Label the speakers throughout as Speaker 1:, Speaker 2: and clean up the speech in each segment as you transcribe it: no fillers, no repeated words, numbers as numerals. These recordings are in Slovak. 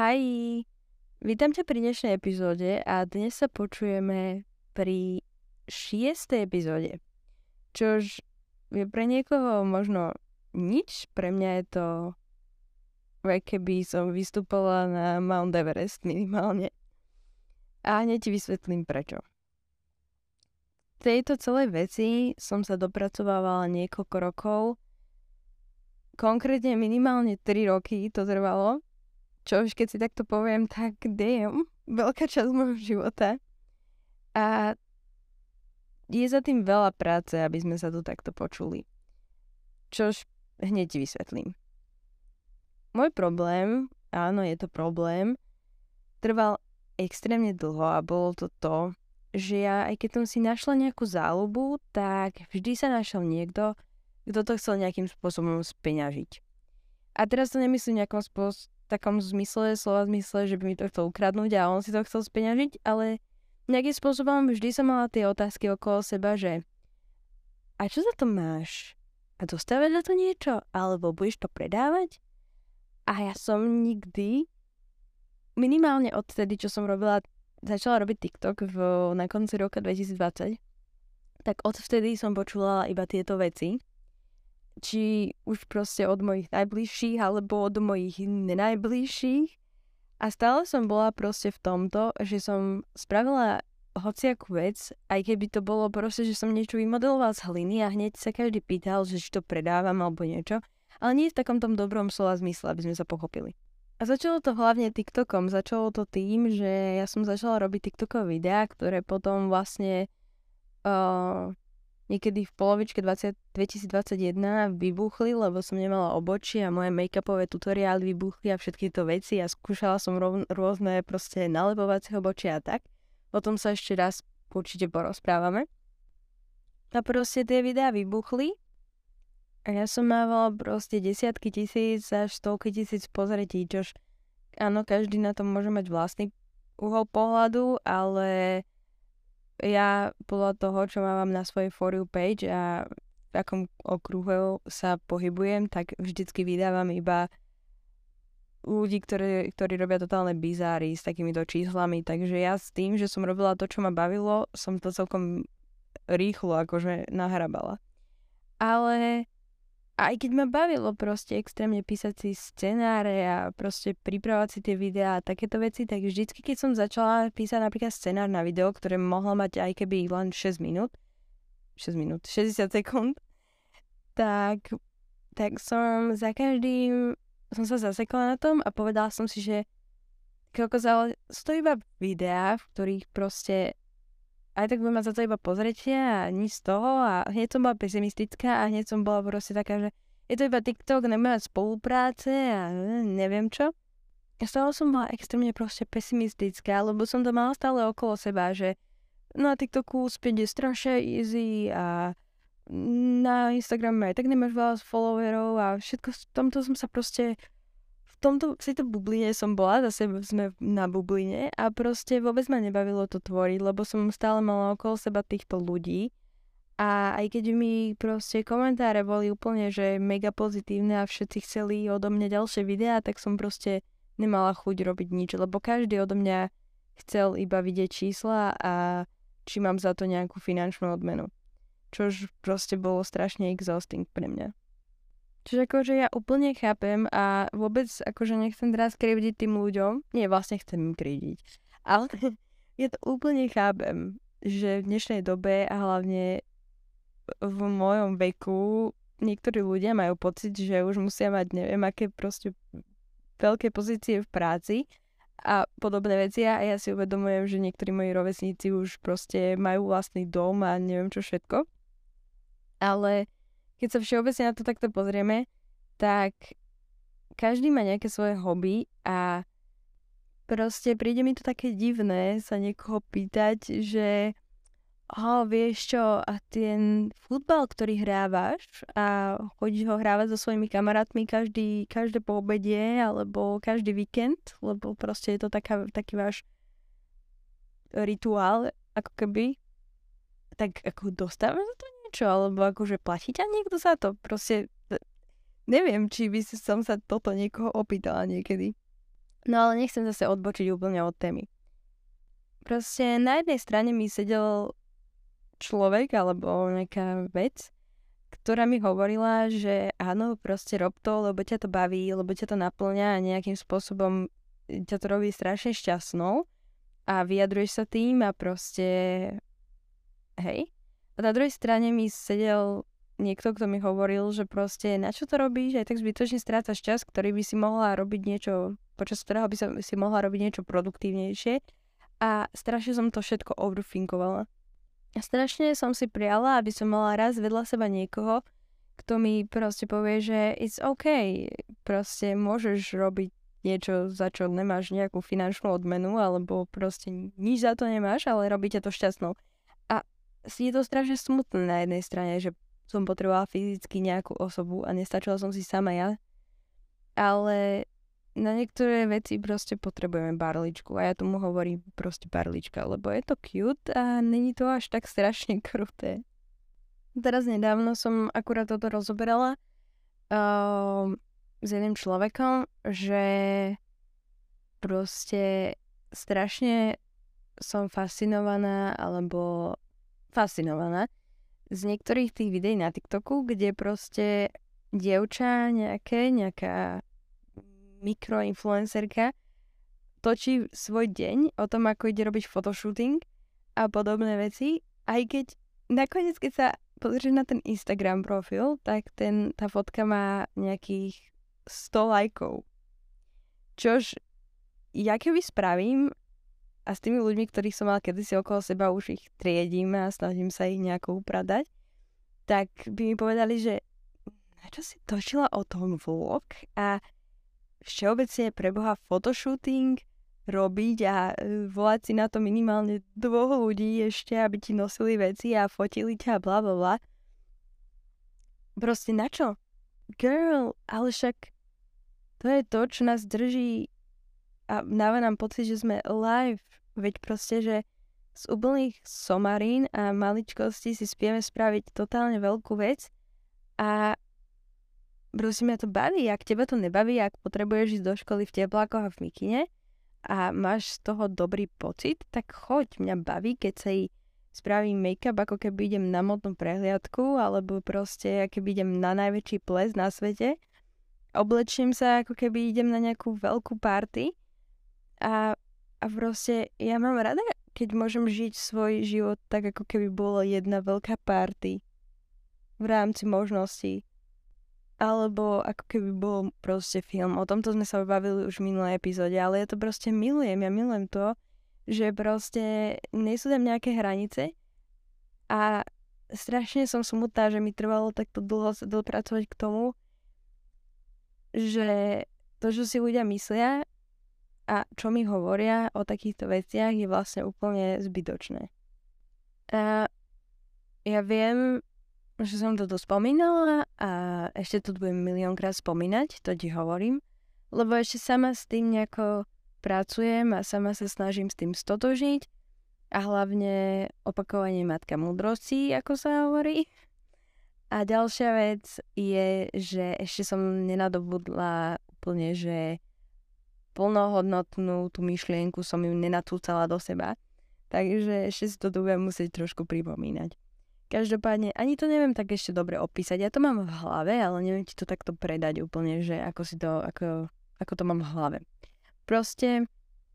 Speaker 1: Hi, vítam ťa pri dnešnej epizóde a dnes sa počujeme pri 6. epizóde, čož je pre niekoho možno nič, pre mňa je to keby som vystúpala na Mount Everest minimálne. A hneď ti vysvetlím prečo. V tejto celej veci som sa dopracovávala niekoľko rokov, konkrétne minimálne 3 roky to trvalo, čo už keď si takto poviem, tak damn, veľká časť môjho života. A je za tým veľa práce, aby sme sa tu takto počuli. Čož hneď ti vysvetlím. Môj problém, áno, je to problém, trval extrémne dlho a bolo to, že ja, aj keď som si našla nejakú záľubu, tak vždy sa našiel niekto, kto to chcel nejakým spôsobom speňažiť. A teraz to nemyslím nejakom takom zmysle, slova zmysle, že by mi to chcel ukradnúť a on si to chcel speňažiť, ale nejakým spôsobom vždy som mala tie otázky okolo seba, že a čo za to máš? A dostávaš za to niečo? Alebo budeš to predávať? A ja som nikdy, minimálne odtedy, čo som začala robiť TikTok na konci roka 2020, tak odvtedy som počula iba tieto veci. Či už proste od mojich najbližších, alebo od mojich nenajbližších. A stále som bola proste v tomto, že som spravila hociakú vec, aj keby to bolo proste, že som niečo vymodelovala z hliny a hneď sa každý pýtal, že či to predávam alebo niečo. Ale nie v takom tom dobrom slova zmysle, aby sme sa pochopili. A začalo to hlavne TikTokom. Začalo to tým, že ja som začala robiť TikTokové videá, ktoré potom vlastne niekedy v polovičke 2021 vybuchli, lebo som nemala obočie a moje make-upové tutoriály vybuchli a všetky to veci a skúšala som rôzne proste nalepovacie obočia a tak. O tom sa ešte raz určite porozprávame. A proste tie videá vybuchli a ja som mávala proste desiatky tisíc až stovky tisíc pozretí, čož áno, každý na tom môže mať vlastný uhol pohľadu, ale ja podľa toho, čo mám na svojej For You page a v akom okruhu sa pohybujem, tak vždycky vydávam iba ľudí, ktorí robia totálne bizáry s takýmito číslami. Takže ja s tým, že som robila to, čo ma bavilo, som to celkom rýchlo akože nahrabala. Ale aj keď ma bavilo proste extrémne písať si scenáre a proste pripravovať si tie videá a takéto veci, tak vždycky, keď som začala písať napríklad scenár na video, ktoré mohlo mať aj keby len 60 sekúnd, tak som za každým som sa zasekla na tom a povedala som si, že stojí iba videá, v ktorých proste aj tak budem mať za to iba pozretia a nič z toho a hneď som bola pesimistická a hneď som bola proste taká, že je to iba TikTok, nebudem mať spolupráce a neviem čo. A stále som bola extrémne proste pesimistická, lebo som to mala stále okolo seba, že na TikToku späť je strašne easy a na Instagrame aj tak nemáš veľa followerov a všetko v tomto som sa proste v tejto bubline som bola, zase sme na bubline a proste vôbec ma nebavilo to tvoriť, lebo som stále mala okolo seba týchto ľudí a aj keď mi proste komentáre boli úplne, že mega pozitívne a všetci chceli odo mňa ďalšie videá, tak som proste nemala chuť robiť nič, lebo každý odo mňa chcel iba vidieť čísla a či mám za to nejakú finančnú odmenu. Čož proste bolo strašne exhausting pre mňa. Čiže akože ja úplne chápem a vôbec akože nechcem teraz krivdiť tým ľuďom. Nie, vlastne chcem im krivdiť. Ale ja to úplne chápem, že v dnešnej dobe a hlavne v mojom veku niektorí ľudia majú pocit, že už musia mať neviem aké proste veľké pozície v práci a podobné veci a ja si uvedomujem, že niektorí moji rovesníci už proste majú vlastný dom a neviem čo všetko. Ale keď sa všeobecne na to takto pozrieme, tak každý má nejaké svoje hobby a proste príde mi to také divné sa niekoho pýtať, že vieš čo, a ten futbal, ktorý hrávaš a chodíš ho hrávať so svojimi kamarátmi každé po obede alebo každý víkend, lebo proste je to taký váš rituál, ako keby, tak ako dostávaš za to niečo, alebo akože platí ťa niekto za to? Proste neviem, či by som sa toto niekoho opýtala niekedy. No ale nechcem zase odbočiť úplne od témy. Proste na jednej strane mi sedel človek alebo nejaká vec, ktorá mi hovorila, že áno, proste rob to, lebo ťa to baví, lebo ťa to naplňa a nejakým spôsobom ťa to robí strašne šťastnou a vyjadruješ sa tým a proste hej. A na druhej strane mi sedel niekto, kto mi hovoril, že proste na čo to robíš, aj tak zbytočne strácaš čas, ktorý by si mohla robiť niečo, počas ktorého by si mohla robiť niečo produktívnejšie a strašne som to všetko overthinkovala. A strašne som si prijala, aby som mala raz vedľa seba niekoho, kto mi proste povie, že it's okay, proste môžeš robiť niečo, za čo nemáš nejakú finančnú odmenu, alebo proste nič za to nemáš, ale robí ťa to šťastnou. A je to strašne smutné na jednej strane, že som potrebovala fyzicky nejakú osobu a nestačila som si sama ja, ale na niektoré veci proste potrebujeme barličku a ja tomu hovorím proste barlička, lebo je to cute a není to až tak strašne kruté. Teraz nedávno som akurát toto rozoberala s jedným človekom, že proste strašne som fascinovaná z niektorých tých videí na TikToku, kde proste dievča nejaká mikroinfluencerka točí svoj deň o tom, ako ide robiť photoshooting a podobné veci, aj keď nakoniec, keď sa pozrieš na ten Instagram profil, tak tá fotka má nejakých 100 lajkov. Čož ja keby spravím a s tými ľuďmi, ktorých som mala kedysi okolo seba, už ich triedím a snažím sa ich nejako upratať, tak by mi povedali, že na čo si točila o tom vlog a všeobecne pre Boha photoshooting robiť a volať si na to minimálne 2 ľudí ešte, aby ti nosili veci a fotili ťa bla bla bla. Proste na čo? Girl, ale však to je to, čo nás drží a dáva nám pocit, že sme live. Veď proste, že z úplných somarín a maličkostí si spieme spraviť totálne veľkú vec a proste mňa to baví. Ak teba to nebaví, ak potrebuješ ísť do školy v teplákoch a v mikine a máš z toho dobrý pocit, tak choď. Mňa baví, keď sa jej spravím make-up, ako keby idem na modnú prehliadku, alebo proste, ako keby idem na najväčší ples na svete. Oblečím sa, ako keby idem na nejakú veľkú party a proste ja mám rada, keď môžem žiť svoj život tak, ako keby bolo jedna veľká party v rámci možností. Alebo ako keby bol proste film. O tomto sme sa bavili už v minulej epizóde, ale ja to proste milujem. Ja milujem to, že proste nie sú tam nejaké hranice a strašne som smutná, že mi trvalo takto dlho sa dopracovať k tomu, že to, čo si ľudia myslia a čo mi hovoria o takýchto veciach, je vlastne úplne zbytočné. A ja viem, že som toto spomínala a ešte to budem miliónkrát spomínať, to ti hovorím, lebo ešte sama s tým nejako pracujem a sama sa snažím s tým stotožniť a hlavne opakovanie matka múdrosti, ako sa hovorí. A ďalšia vec je, že ešte som nenadobudla úplne, že plnohodnotnú tú myšlienku som ju nenatúcala do seba, takže ešte si to budem musieť trošku pripomínať. Každopádne, ani to neviem tak ešte dobre opísať. Ja to mám v hlave, ale neviem ti to takto predať úplne, že ako to mám v hlave. Proste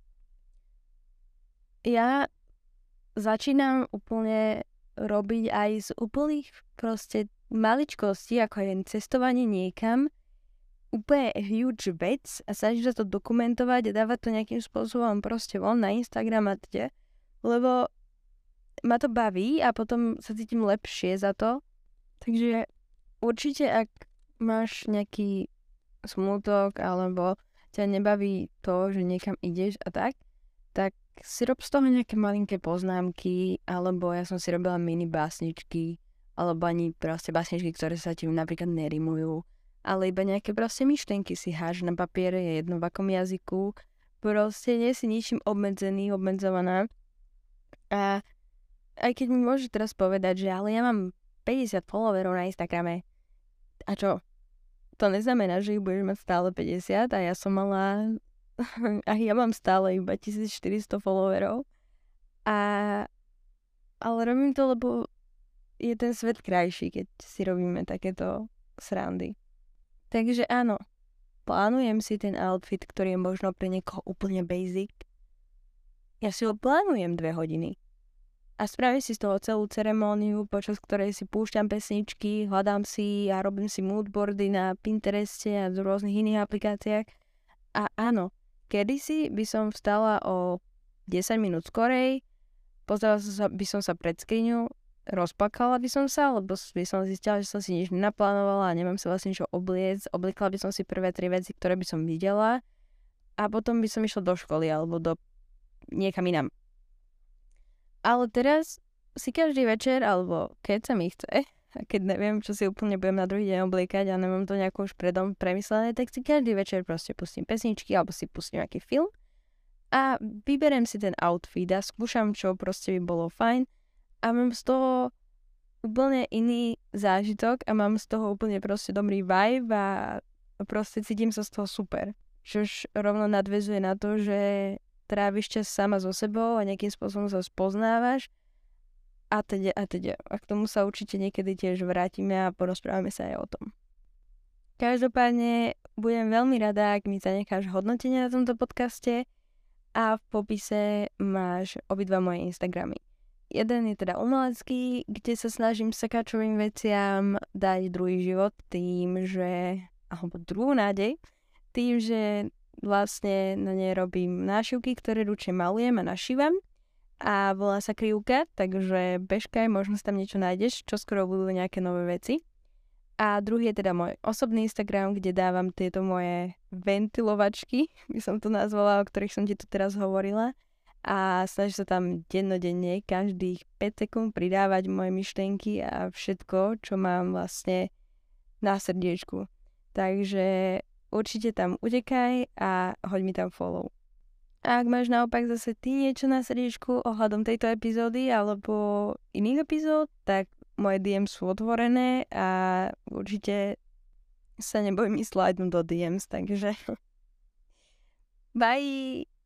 Speaker 1: ja začínam úplne robiť aj z úplných proste maličkostí, ako je cestovanie niekam, úplne huge vec a snažím sa to dokumentovať a dávať to nejakým spôsobom proste von na Instagram a teda, lebo ma to baví a potom sa cítim lepšie za to. Takže určite, ak máš nejaký smútok alebo ťa nebaví to, že niekam ideš a tak si rob z toho nejaké malinké poznámky, alebo ja som si robila mini básničky, alebo ani proste básničky, ktoré sa ti napríklad nerimujú, ale iba nejaké proste myšlienky si háš na papiere, je jedno v akom jazyku, proste nie si ničím obmedzený, obmedzovaná. A aj keď mi môžeš teraz povedať, že ale ja mám 50 followerov na Instagrame. A čo? To neznamená, že ich budeš mať stále 50 a ja som mala a ja mám stále iba 1400 followerov. Ale robím to, lebo je ten svet krajší, keď si robíme takéto srandy. Takže áno, plánujem si ten outfit, ktorý je možno pre niekoho úplne basic. Ja si ho plánujem 2 hodiny. A spravím si z toho celú ceremóniu, počas ktorej si púšťam pesničky, hľadám si a robím si moodboardy na Pintereste a v rôznych iných aplikáciách. A áno, kedysi by som vstala o 10 minút skorej, pozrela by som sa pred skriňu, rozplakala by som sa, lebo by som zistila, že som si nič nenaplánovala a nemám sa vlastne čo obliecť. Obliekla by som si prvé 3 veci, ktoré by som videla a potom by som išla do školy alebo niekam inam. Ale teraz si každý večer, alebo keď sa mi chce, a keď neviem, čo si úplne budem na druhý deň obliekať a nemám to nejako už predom premyslené, tak si každý večer proste pustím pesničky alebo si pustím nejaký film a vyberiem si ten outfit a skúšam, čo proste by bolo fajn a mám z toho úplne iný zážitok a mám z toho úplne proste dobrý vibe a proste cítim sa z toho super. Čož rovno nadväzuje na to, že tráviš čas sama so sebou a nejakým spôsobom sa spoznávaš a teda. A k tomu sa určite niekedy tiež vrátime a porozprávame sa aj o tom. Každopádne budem veľmi rada, ak mi zanecháš hodnotenie na tomto podcaste a v popise máš obidva moje Instagramy. Jeden je teda umelecký, kde sa snažím sakačovým veciam dať druhý život alebo druhú nádej, tým, že vlastne na nej robím nášivky, ktoré ručne malujem a našívam a volá sa Krivka, takže bežkaj, možno si tam niečo nájdeš, čo skoro budú nejaké nové veci. A druhý je teda môj osobný Instagram, kde dávam tieto moje ventilovačky, by som to nazvala, o ktorých som ti tu teraz hovorila a snažím sa tam dennodenne každých 5 sekúnd pridávať moje myšlienky a všetko, čo mám vlastne na srdiečku. Takže určite tam utekaj a hoď mi tam follow. A ak máš naopak zase ty niečo na srdiečku ohľadom tejto epizódy alebo iných epizód, tak moje DM sú otvorené a určite sa nebojím ísť slidnúť do DMs, takže bye!